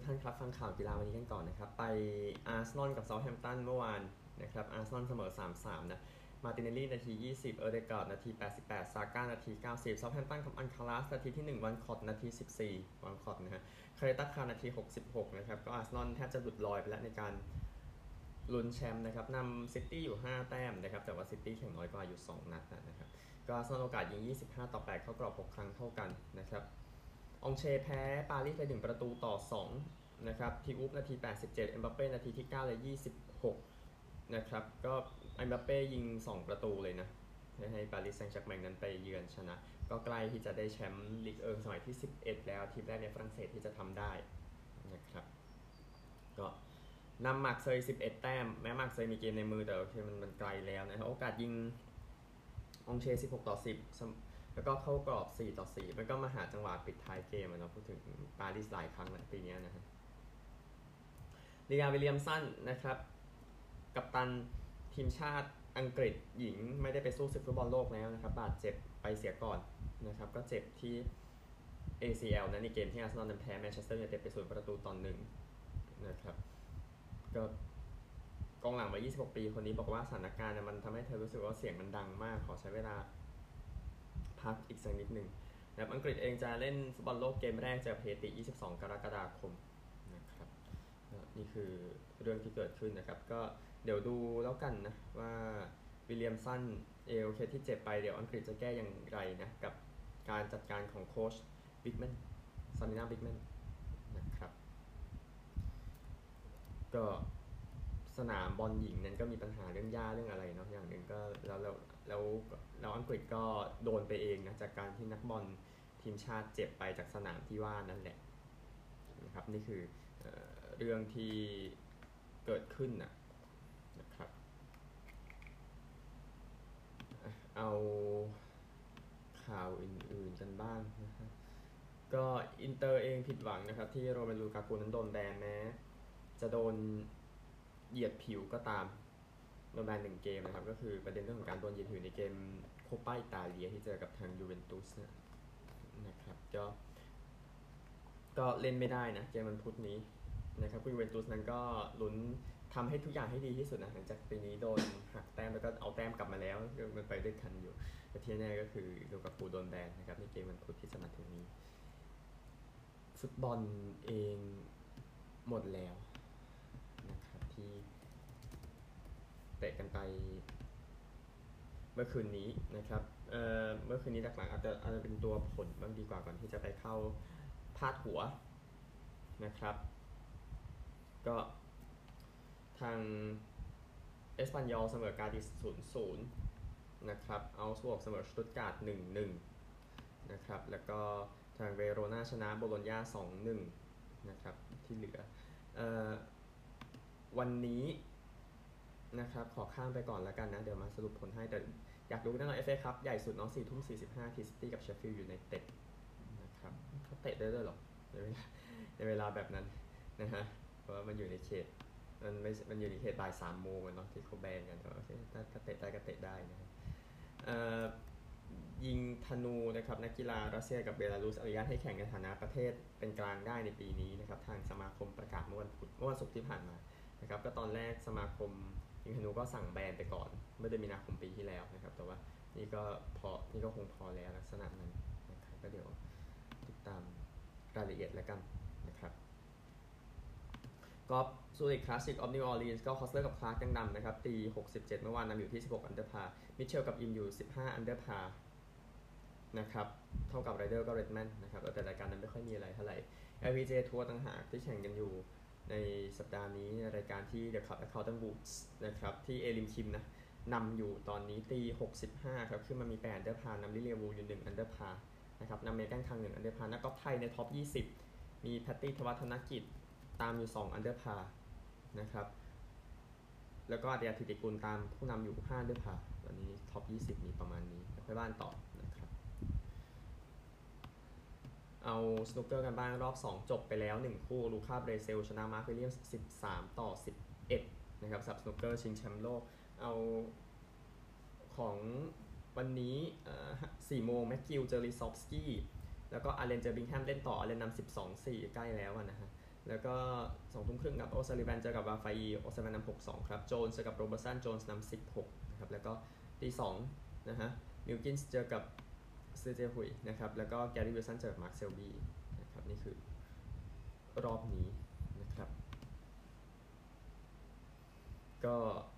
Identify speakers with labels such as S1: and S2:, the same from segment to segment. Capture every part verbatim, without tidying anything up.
S1: กท่านครับฟังข่าวกีฬาวันนี้กันก่อนนะครับไปอาร์เซนอลกับเซาท์แฮมป์ตันเมื่อวานนะครับอาร์เซนอลเสมอ สามสาม นะมาร์ติเนลลี่นาทียี่สิบเออร์เดการ์ดนาทีแปดสิบแปดซาก้านาทีเก้าสิบเซาท์แฮมป์ตันกับอันคาราสนาทีที่หนึ่งวันคอตนาทีสิบสี่วันคอตนะฮะคาเรตัสคานาทีหกสิบหกนะครับก็อาร์เซนอลแทบจะหลุดลอยไปแล้วในการลุ้นแชมป์นะครับนำซิตี้อยู่ห้าแต้มนะครับแต่ว่าซิตี้แข่งน้อยกว่าอยู่สองนัดนะครับก็อาร์เซนอลโอกาสยิงยี่สิบห้าต่อแปดเข้ากรอบหกครั้งเท่ากันนะครับองเชแพ้ปารีสไปหนึ่งประตูต่อสองนะครับทีอุฟนาทีแปดสิบเจ็ดเอ็มบัปเป้นาทีที่เก้าและยี่สิบหกนะครับก็เอ็มบัปเป้ยิงสองประตูเลยนะให้ปารีสแซงต์แชร์กแมงนั้นไปเยือนชนะก็ใกล้ที่จะได้แชมป์ลีกเอิงสมัยที่สิบเอ็ดแล้วทีมแรกในฝรั่งเศสที่จะทำได้นะครับก็นำหมักเซยสิบเอ็ดแต้มแม้หมักเซยมีเกมในมือแต่โอเคมันมันไกลแล้วนะครับโอกาสยิงองเชสิบหกต่อสิบแล้วก็เข้ากรอบสี่ต่อสี่มันก็มาหาจังหวะปิดท้ายเกมเราพูดถึงปารีสหลายครั้งในปีนี้นะฮะลีกาวิลเลียมสันนะครับกัปตันทีมชาติอังกฤษหญิงไม่ได้ไปสู้ศึกฟุตบอลโลกแล้วนะครับบาดเจ็บไปเสียก่อนนะครับก็เจ็บที่ เอ ซี แอล นะในเกมที่อาร์เซนอลนั้นแพ้แมนเชสเตอร์ยูไนเต็ดไปศูนย์ประตูต่อหนึ่งนะครับก็กองหลังวัยยี่สิบหกปีคนนี้บอกว่าสถานการณ์มันทำให้เธอรู้สึกว่าเสียงมันดังมากขอใช้เวลาพักอีกสักนิดหนึ่งนะครับอังกฤษเองจะเล่นฟุตบอลโลกเกมแรกเจอเฮติยี่สิบสองกรกฎาคมนะครับนี่คือเรื่องที่เกิดขึ้นนะครับก็เดี๋ยวดูแล้วกันนะว่าวิลเลียมสันเอลเคที่เจ็บไปเดี๋ยวอังกฤษจะแก้อย่างไรนะกับการจัดการของโค้ชบิ๊กแมนซามิน่าบิ๊กแมนนะครับก็สนามบอลหญิงนั้นก็มีปัญหาเรื่องหญ้าเรื่องอะไรเนาะอย่างหนึ่งก็แล้วแล้วแล้วแล้วอังกฤษก็โดนไปเองนะจากการที่นักบอลทีมชาติเจ็บไปจากสนามที่ว่านั่นแหละนะครับนี่คือ เอ่อ เรื่องที่เกิดขึ้นนะนะครับเอาข่าวอื่นๆกันบ้างนะครับก็อินเตอร์เองผิดหวังนะครับที่โรเมลูกากูนั้นโดนแบนแม้จะโดนเหยียดผิวก็ตามโดนแบนหนึ่งเกมนะครับก็คือประเด็นเรื่องของการโดนเหยียดผิวในเกมโคปาอิตาเลียที่เจอกับทางยูเวนตุสนะครับก็ก็เล่นไม่ได้นะเกมวันพุธนี้นะครับยูเวนตุสนั้นก็ลุ้นทำให้ทุกอย่างให้ดีที่สุดนะหลังจากปีนี้โดนหักแต้มแล้วก็เอาแต้มกลับมาแล้วมันไปด้วยกันอยู่แต่ที่แน่ก็คือลูกากูโดนแบนนะครับในเกมวันพุธที่จะมาถึงนี้ฟุตบอลเองหมดแล้วนะครับที่เตะกันไปเมื่อคืนนี้นะครับ เอ่อ เมื่อคืนนี้หลักๆอาจจะอาจจะเป็นตัวผลบ้างดีกว่าก่อนที่จะไปเข้าพาดหัวนะครับก็ทางเอสปันยอลเสมอกาดิส ศูนย์ ศูนย์ นะครับเอาสวกเสมอสตุตการ์ด หนึ่ง หนึ่ง นะครับแล้วก็ทางเวโรนาชนะโบโลญญา สอง หนึ่ง นะครับที่เหลือเอ่อวันนี้นะครับขอข้ามไปก่อนแล้วกันนะเดี๋ยวมาสรุปผลให้แต่อยากดูนั่นหน่อย เอฟ เอ ครับใหญ่สุดเนาะ สี่ทุ่มสี่สิบห้า ที่ซิตี้กับเชฟฟิลด์ยูไนเต็ดนะครับเขาเตะได้ด้วยหรอในเวลาในเวลาแบบนั้นนะฮะเพราะว่ามันอยู่ในเขตมันไม่มันอยู่ในเขตบ่ายสามโมงเนาะที่เขาแบนกันโอเคถ้าเตะได้ก็เตะได้นะครับยิงธนูนะครับนักกีฬารัสเซียกับเบลารุสอนุญาตให้แข่งในฐานะประเทศเป็นกลางได้ในปีนี้นะครับทางสมาคมประกาศเมื่อวันพุธเมื่อวันศุกร์ที่ผ่านมานะครับก็ตอนแรกสมาคมยิงธนูก็สั่งแบนไปก่อนเมื่อเดือนมีนาคมปีที่แล้วนะครับแต่ว่านี่ก็พอนี่ก็คงพอแล้วลักษณะนั้นนะครับก็เดี๋ยวติดตามรายละเอียดแล้วกันนะครับก็ซูริคคลาสสิกออฟนิวออร์ลีนส์ก็คอสเลอร์กับคลาร์กยังนำนะครับตีหกสิบเจ็ดเมื่อวานนำอยู่ที่สิบหกอันเดอร์พาร์มิเชลกับอิมอยู่สิบห้าอันเดอร์พาร์นะครับเท่ากับไรเดอร์ก็เรดแมนนะครับแต่รายการนั้นไม่ค่อยมีอะไรเท่าไหร่ แอล พี เจ ทัวร์ต่างหากที่แข่งกันอยู่ในสัปดาห์นี้ในรายการที่ The Club Accountant Woods นะครับที่เอลิมคิมนะนำอยู่ตอนนี้ตีหกสิบห้าครับขึ้นมามีแปดอันเดอร์พาร์นำลิเลียวูอยู่หนึ่งอันเดอร์พาร์นะครับนำเมแกนคังหนึ่งอันเดอร์พาร์นักกอล์ฟไทยในท็อปยี่สิบมีแพตตี้ธวัฒนกิจตามอยู่สองอันเดอร์พาร์นะครับแล้วก็อาเดียธิติกุลตามผู้นำอยู่ห้าอันเดอร์พาร์ตอนนี้ท็อปยี่สิบมีประมาณนี้ไปบ้านต่อนะครับเอาสนุกเกอร์กันบ้างรอบสองจบไปแล้วหนึ่งคู่ลูค่าเบรเซลชนะมาร์ควิลเลียมส์สิบสามต่อสิบเอ็ดนะครับสับสนุกเกอร์ชิงแชมป์โลกเอาของวันนี้สี่โมงแม็กกิลเจอริซอฟสกี้แล้วก็อาเลนเจอบิงแฮมเล่นต่ออาเลนนำสิบสอง สี่ใกล้แล้วนะฮะแล้วก็สองทุ่มครึ่งครับโอซาลิแวนเจอกับวาฟาอีโอซาลิแวนนำหกสองครับโจนส์เจอกับโรเบอร์สันโจนส์นำสิบหกนะครับแล้วก็ตีสองนะฮะมิลกินส์เจอกับซือเจฮุยนะครับแล้วก็แกรี่วิลสันเจอกับมาร์คเซลบีนะครับนี่คือรอบนี้นะครับก็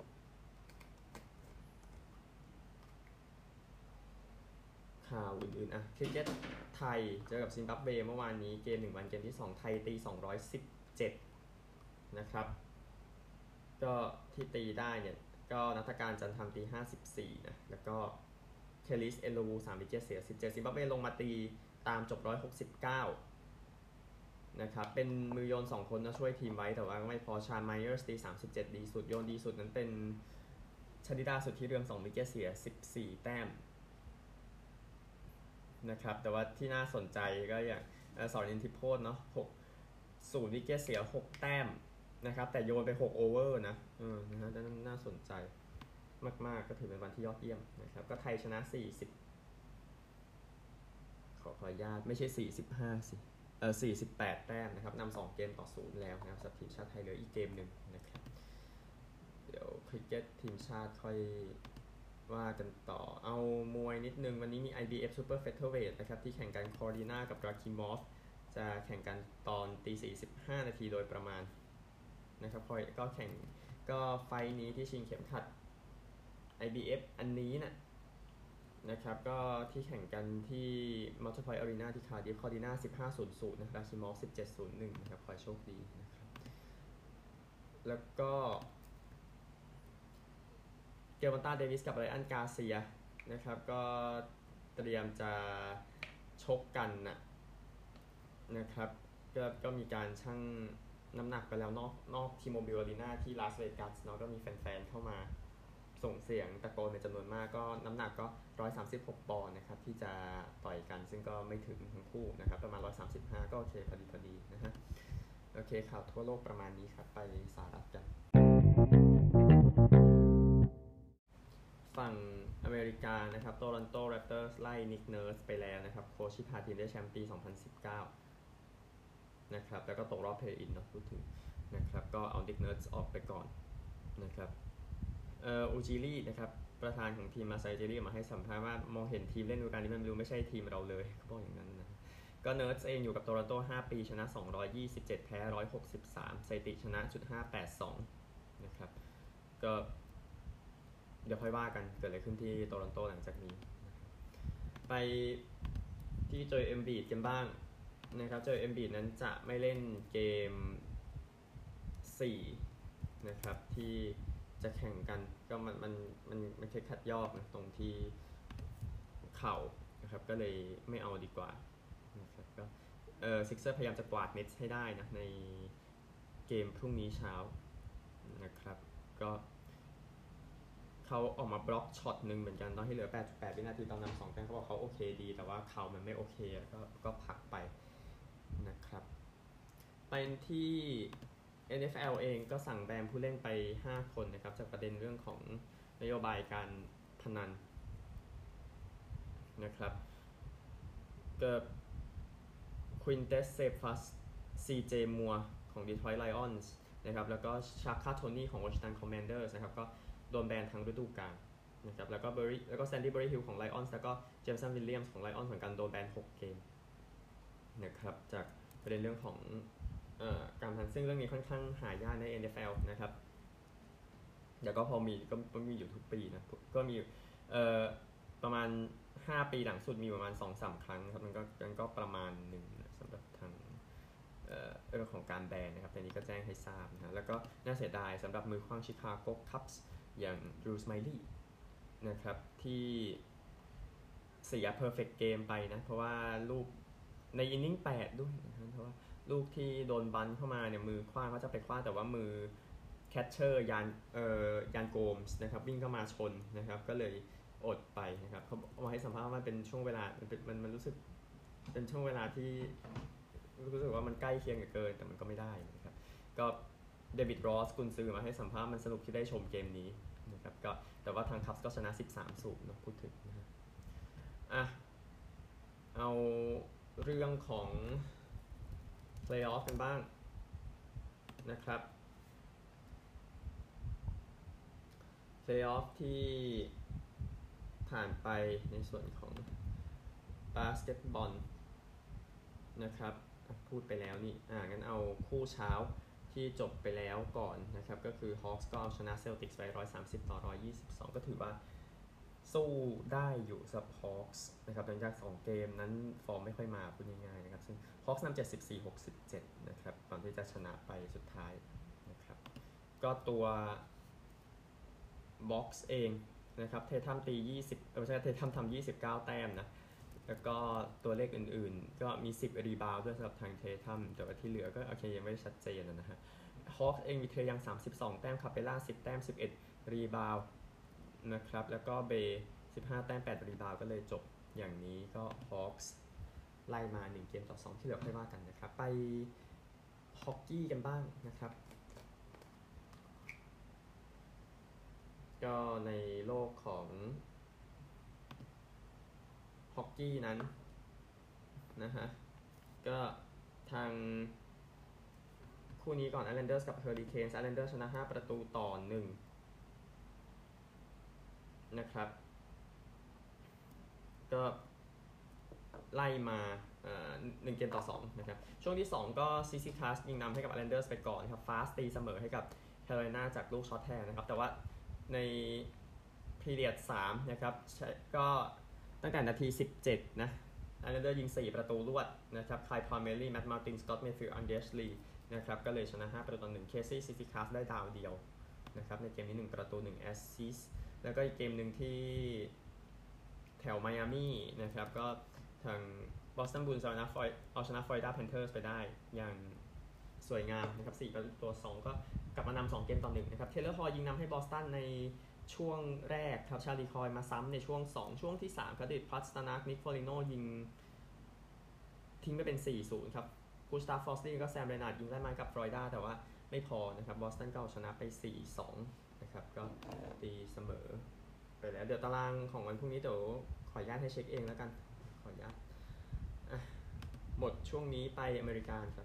S1: ข่าวอื่นๆอ่ะคริกเก็ตไทยเจอกับซิมบับเวเมื่อวานนี้เกมหนึ่งวันเกมที่สองไทยตีสองร้อยสิบเจ็ดนะครับก็ที่ตีได้เนี่ยก็นัฐการจันทร์ตีห้าสิบสี่นะแล้วก็เคลิสเอโลวูสามวิกเก็ตเสียสิบเจ็ดซิมบับเวลงมาตีตามจบหนึ่งร้อยหกสิบเก้านะครับเป็นมือโยนสองคนนะช่วยทีมไว้แต่ว่าไม่พอชาญไมเออร์สตีสามสิบเจ็ดดีสุดโยนดีสุดนั้นเป็นชดิดาสุดที่เรืองสองวิกเก็ตเสียสิบสี่แต้มนะครับแต่ว่าที่น่าสนใจก็อย่างสอรินทิโพสเนาะหกศูนย์วิกเก็ตเสียหกแต้มนะครับแต่โยนไปหกโอเวอร์นะเออนะฮะน่าสนใจมากๆก็ถือเป็นวันที่ยอดเยี่ยมนะครับก็ไทยชนะสี่สิบขอขออนุญาตไม่ใช่สี่สิบห้าสิเออสี่สิบแปดแต้มนะครับนำสองเกมต่อศูนย์แล้วนะครับสำหรับทีมชาติไทยเหลืออีกเกมหนึ่งนะครับเดี๋ยวคริกเก็ตทีมชาติค่อยว่ากันต่อเอามวยนิดนึงวันนี้มี ไอ บี เอฟ Super Featherweight นะครับที่แข่งกันคอร์ดิน่ากับราคิมอฟจะแข่งกันตอนตีสี่สิบห้านาทีโดยประมาณนะครับคอยก็แข่งก็ไฟนี้ที่ชิงเข็มขัด ไอ บี เอฟ อันนี้นะนะครับก็ที่แข่งกันที่มัลติพอยต์อารีนาที่คาร์ดิฟคอร์ดิน่าสิบห้าศูนย์ศูนย์นะราคิมอฟสิบเจ็ดศูนย์หนึ่งนะครับขอให้โชคดีนะครับแล้วก็เกลวันต้าเดวิสกับไรอันกาเซียนะครับก็เตรียมจะชกกันนะนะครับก็ก็มีการชั่งน้ำหนักไปแล้วนอกนอกทีโมบิลอารีนาที่ลาสเวกัสเนาะก็มีแฟนๆเข้ามาส่งเสียงตะโกนเป็นจำนวนมากก็น้ำหนักก็หนึ่งร้อยสามสิบหกปอนด์นะครับที่จะต่อยกันซึ่งก็ไม่ถึงทั้งคู่นะครับประมาณหนึ่งร้อยสามสิบห้าก็โอเคพอดีพอดีนะฮะโอเคข่าวทั่วโลกประมาณนี้ครับไปสหรัฐกันฝั่งอเมริกานะครับโตลอนโตแรปเตอร์สไล่นิกเนิร์สไปแล้วนะครับโค้ชที่พาทีมได้แชมป์ปีสองพันสิบเก้านะครับแล้วก็ตกรอบเพลย์อินเนาะพูดถึงนะครับก็เอานิกเนิร์สออกไปก่อนนะครับเอ่ออูจิลี่นะครับประธานของทีมมาไซเจรี่มาให้สัมภาษณ์ว่ามองเห็นทีมเล่นฤดูกาลนี้มันดูไม่ใช่ทีมเราเลยเขาบอกอย่างนั้นนะก็เนิร์สเองอยู่กับโตลอนโตห้าปีชนะสองร้อยยี่สิบเจ็ดแพ้หนึ่งร้อยหกสิบสามสถิติชนะ จุดห้าแปดสอง นะครับก็เดี๋ยวค่อยว่ากันเกิดอะไรขึ้นที่โตลอนโตหลังจากนี้ไปที่เจอเอมบีดกันบ้างนะครับเจอเอมบีดนั้นจะไม่เล่นเกมสี่นะครับที่จะแข่งกันก็มันมันมันมันแค่คัดยอกนะตรงที่เข่านะครับก็เลยไม่เอาดีกว่านะครับก็เออซิกเซอร์พยายามจะกวาดเน็ตให้ได้นะในเกมพรุ่งนี้เช้านะครับก็เขาออกมาบล็อกช็อตหนึ่งเหมือนกันตอนที่เหลือ แปดจุดแปด วินาทีตอนนำสองแต้มเขาบอกเขาโอเคดีแต่ว่าเขามันไม่โอเคก็ก็พักไปนะครับไปที่ เอ็น เอฟ แอล เองก็สั่งแบนผู้เล่นไปห้าคนนะครับจากประเด็นเรื่องของนโยบายการพนันนะครับก็ควินเตสเซฟัส ซี เจ มัวของ Detroit Lions นะครับแล้วก็ชาคาโทนี่ของ Washington Commanders นะครับก็โดนแบนทั้งฤดูกาลนะครับแล้วก็เบอรี่แล้วก็แซนดี้เบอรี่ฮิลของ Lions แล้วก็เจมสันวิลเลียมส์ของ Lions เหมือนกันโดนแบนหกเกมนะครับจากประเด็นเรื่องของเอ่อการพนันซึ่งเรื่องนี้ค่อนข้างหายากใน เอ็น เอฟ แอล นะครับเดี๋ยวก็พอมีก็มีอยู่ทุกปีนะก็มีเอ่อประมาณห้าปีหลังสุดมีประมาณ สองถึงสาม ครั้งครับมันก็มันก็ประมาณหนึ่งนะสำหรับทางเอ่อเรื่องของการแบนนะครับแต่นี้ก็แจ้งให้ทราบนะแล้วก็น่าเสียดายสำหรับมือขว้างชิคาโกคัพส์อย่างดรูว์ สไมลี่นะครับที่เสีย perfect game ไปนะเพราะว่าลูกในอินนิ่งแปดด้วยนะเพราะว่าลูกที่โดนบันเข้ามาเนี่ยมือขว้างเขาจะไปขว้างแต่ว่ามือแคชเชอร์ยานเอ่อยานโกมส์นะครับวิ่งเข้ามาชนนะครับก็เลยอดไปนะครับเขาเอาให้สัมภาษณ์ว่ามันเป็นช่วงเวลามันมันมันรู้สึกเป็นช่วงเวลาที่รู้สึกว่ามันใกล้เคียงกันเกินแต่มันก็ไม่ได้นะครับก็เดวิดรอสกุนซือมาให้สัมภาษณ์มันสนุกที่ได้ชมเกมนี้นะครับก็แต่ว่าทางคัพส์ก็ชนะสิบสามศูนย์นะพูดถึงนะฮะอ่ะเอาเรื่องของ Playoff กันบ้างนะครับเพลย์ออฟที่ผ่านไปในส่วนของบาสเกตบอลนะครับพูดไปแล้วนี่อ่างั้นเอาคู่เช้าที่จบไปแล้วก่อนนะครับก็คือ Hawks ก็เอาชนะ Celtics ไปหนึ่งร้อยสามสิบต่อหนึ่งร้อยยี่สิบสองก็ถือว่าสู้ได้อยู่สำหรับ Hawks นะครับหลังจากสองเกมนั้นฟอร์มไม่ค่อยมาพูดง่ายๆนะครับซึ่ง Hawks นำ เจ็ดสิบสี่ หกสิบเจ็ด นะครับก่อนที่จะชนะไปสุดท้ายนะครับก็ตัว Box เองนะครับเททัมตียี่สิบเออไม่ใช่เททัมทำยี่สิบเก้าแต้มนะแล้วก็ตัวเลขอื่นๆก็มีสิบรีบาวด์ด้วยสำหรับทางเททัมแต่ว่าที่เหลือก็โอเคยังไม่ได้ชัดเจนนะฮะฮอคเองมีเทยังสามสิบสองแต้มคาเปล่าสิบแต้มสิบเอ็ดรีบาวด์นะครับแล้วก็เบย์สิบห้าแต้มแปดรีบาวด์ก็เลยจบอย่างนี้ก็ฮอคส์ไล่มาหนึ่งเกมต่อสองที่เหลือค่อยว่ากันนะครับไปฮอกกี้กันบ้างนะครับก็ในโลกของฮอกกี้นั้นนะฮะก็ทางคู่นี้ก่อน Islanders กับ Hurricanes Islanders ชนะห้าประตูต่อหนึ่งนะครับก็ไล่มาหนึ่งเกมต่อสองนะครับช่วงที่สองก็ ซี ซี Cast ยิงนำให้กับ Islanders ไปก่อนครับ Fast ตีเสมอให้กับ Carolina จากลูกช็อตแทนนะครับแต่ว่าในพีเรียดสามนะครับก็ตั้งแต่นาทีสิบเจ็ดนะIslanders ยิงสี่ประตูรวดนะครับคายพาร์เมลลี่แมตต์มาร์ตินสกอตต์เมฟิลด์อันเดชลีนะครับก็เลยชนะห้าประตูต่อหนึ่งเคซี่ซีซีคัสได้ดาวเดียวนะครับในเกมนี้หนึ่งประตูหนึ่งแอสซิสต์แล้วก็อีกเกมหนึ่งที่แถวไมอามี่นะครับก็ทางบอสตันบูลส์เอาชนะฟลอยเอาชนะฟลอริดาแพนเทอร์สไปได้อย่างสวยงามนะครับสี่ประตูต่อสองก็กลับมานำสองเกมต่อหนึ่งนะครับเทเลอร์ฮอลยิงนำให้บอสตันในช่วงแรกครับชาลีคอยมาซ้ำในช่วงสองช่วงที่สามครับดิพัสตานักนิคโฟลิโนยิงทิ้งไปเป็น สี่ศูนย์ ครับกูสตาฟฟอสตี้ก็แซมเรนาร์ดยิงได้มากับฟลอริดาแต่ว่าไม่พอนะครับบอสตันก็เอาชนะไป สี่สอง นะครับก็ตีเสมอไปแล้วเดี๋ยวตารางของวันพรุ่งนี้เดี๋ยวขออนุญาตให้เช็คเองแล้วกันขออนุญาตหมดช่วงนี้ไปอเมริกาครับ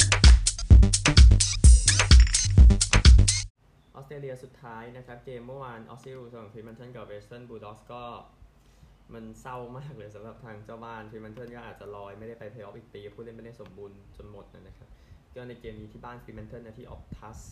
S1: ออสเตรเลียสุดท้ายนะครับเกมเมื่อวานออสเตรเลียส่งฟรีแมนเทนกับเวสเทิร์นบูลด็อกส์ก็มันเศร้ามากเลยสำหรับทางเจ้าบ้านฟรีแมนเทนก็อาจจะลอยไม่ได้ไปเพลย์ออฟอีกปีผู้เล่นไม่ได้สมบูรณ์จนหมดนะครับก็ในเกมนี้ที่บ้านฟรีแมนเทนนะที่ออฟทัส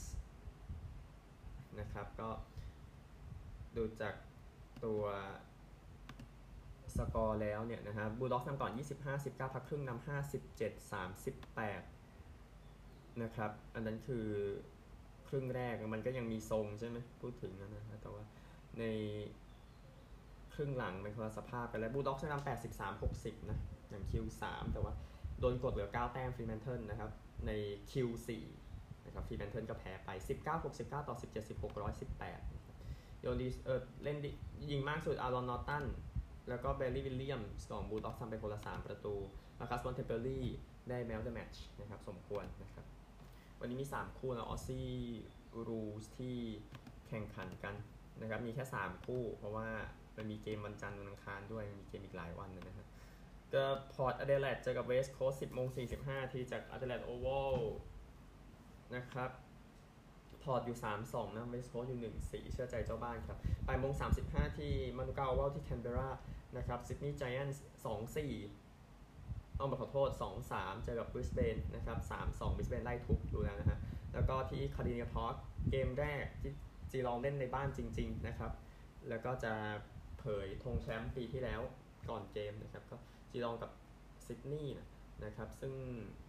S1: นะครับก็ดูจากตัวสกอร์แล้วเนี่ยนะฮะบูลด็อกส์นำก่อนยี่สิบห้า สิบเก้าพักครึ่งนำห้าสิบเจ็ด สามสิบแปดนะครับอันนั้นคือครึ่งแรกมันก็ยังมีทรงใช่ไหมพูดถึงนะฮะแต่ว่าในครึ่งหลังเป็นคนละสภาพไปแล้วบูลด็อกส์นำแปดสิบสาม หกสิบนะอย่าง คิว สาม แต่ว่าโดนกดเหลือเก้าแต้มฟรีแมนเทิลนะครับใน คิว สี่ นะครับฟรีแมนเทิลก็แพ้ไปสิบเก้า หกสิบเก้าต่อสิบเจ็ด สิบหก หนึ่งร้อยสิบแปดโยนดีเออเล่นยิงมากสุดอารอนนอร์ตันแล้วก็เบลลี่วิลเลียมส์ของบูลด็อกส์ทำไปคนละสามประตูมาคัสบอนเทเปอรี่ได้แมวเดอะแมตช์นะครับสมควรนะครับวันนี้มีสามคู่นะออสซี่รูสที่แข่งขันกันนะครับมีแค่สามคู่เพราะว่ามันมีเกมวันจันทร์วันอังคารด้วยมีเกมอีกหลายวันนะครับก็พอร์ตอเดเลดเจอกับเวสต์โคสต์ สิบโมงสี่สิบห้านาทีจากอเดเลดโอวัลนะครับพอร์ตอยู่ สามสอง นะเวสต์โคสต์อยู่ หนึ่งสี่ เชื่อใจเจ้าบ้านครับบ่ายโมงสามสิบห้าที่มานูกาโอวัลที่แคนเบรานะครับซิดนีย์ไจแอนท์ สองสี่ เอามาขอโทษ สองสาม เจอกับบริสเบนนะครับ สามสอง บริสเบนไล่ทุบดูแล้วนะฮะแล้วก็ที่คาร์ดิเนียพาร์คเกมแรกที่จีลองเล่นในบ้านจริงๆนะครับแล้วก็จะเผยธงแชมป์ปีที่แล้วก่อนเกมนะครับก็จีลองกับซิดนีย์นะครับซึ่ง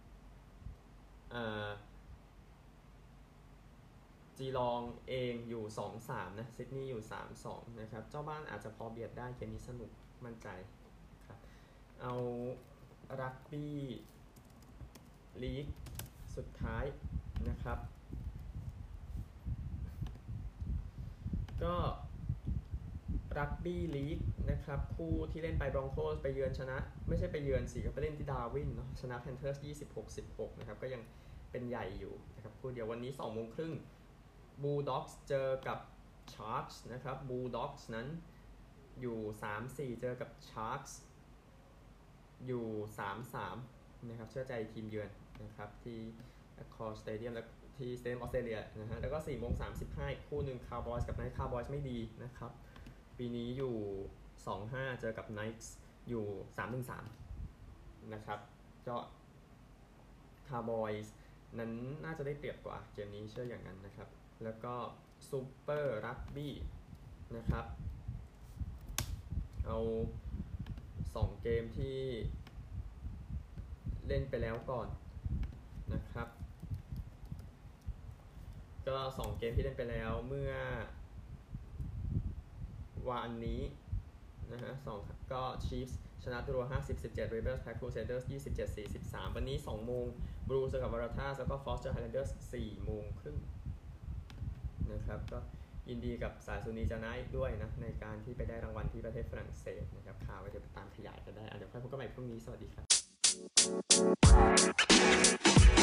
S1: จีลองเองอยู่ สองสาม นะซิดนีย์อยู่ สามสอง นะครับเจ้าบ้านอาจจะพอเบียดได้เกมนี้สนุกมั่นใจครับเอารักบี้ลีกสุดท้ายนะครับก็รักบี้ลีกนะครับคู่ที่เล่นไปบรอนโคสไปเยือนชนะไม่ใช่ไปเยือนสิก็ไปเล่นที่ดาร์วินเนาะชนะแพนเทอร์ส ยี่สิบหก สิบหก นะครับก็ยังเป็นใหญ่อยู่นะครับคู่เดียววันนี้ สองโมงครึ่งบูลด็อกส์เจอกับชาร์กส์นะครับบูลด็อกส์นั้นอยู่ สามสี่ เจอกับชาร์กส์อยู่ สามสาม นะครับเชื่อใจทีมเยือนนะครับที่แอคคอร์สเตเดียมแล้วที่สเตนออสเตรเลียนะฮะแล้วก็สี่โมงสามสิบห้าอีกคู่หนึ่งคาร์บอยส์กับไนท์คาร์บอยส์ไม่ดีนะครับปีนี้อยู่ สองห้า เจอกับไนท์อยู่ สามหนึ่งสาม นะครับก็คาร์บอยส์นั้นน่าจะได้เปรียบกว่าเกมนี้เชื่ออย่างนั้นนะครับแล้วก็ซูเปอร์รักบี้นะครับเอาสองเกมที่เล่นไปแล้วก่อนนะครับก็สองเกมที่เล่นไปแล้วเมื่อวันนี้นะฮะสองก็ Chiefs ชนะตัวห้าสิบ สิบเจ็ด Ravens แพ้ Crusaders ยี่สิบเจ็ด สี่สิบสาม วันนี้สองโมง Blues กับ Waratahs แล้วก็ Foster Highlanders สี่โมงครึ่งนะครับก็ยินดีกับสายสุนีจานะอีกด้วยนะในการที่ไปได้รางวัลที่ประเทศฝรั่งเศสนะครับข่าวไว้เดี๋ยวไปตามขยายกันได้เดี๋ยวค่อยพบกันใหม่พรุ่งนี้สวัสดีครับ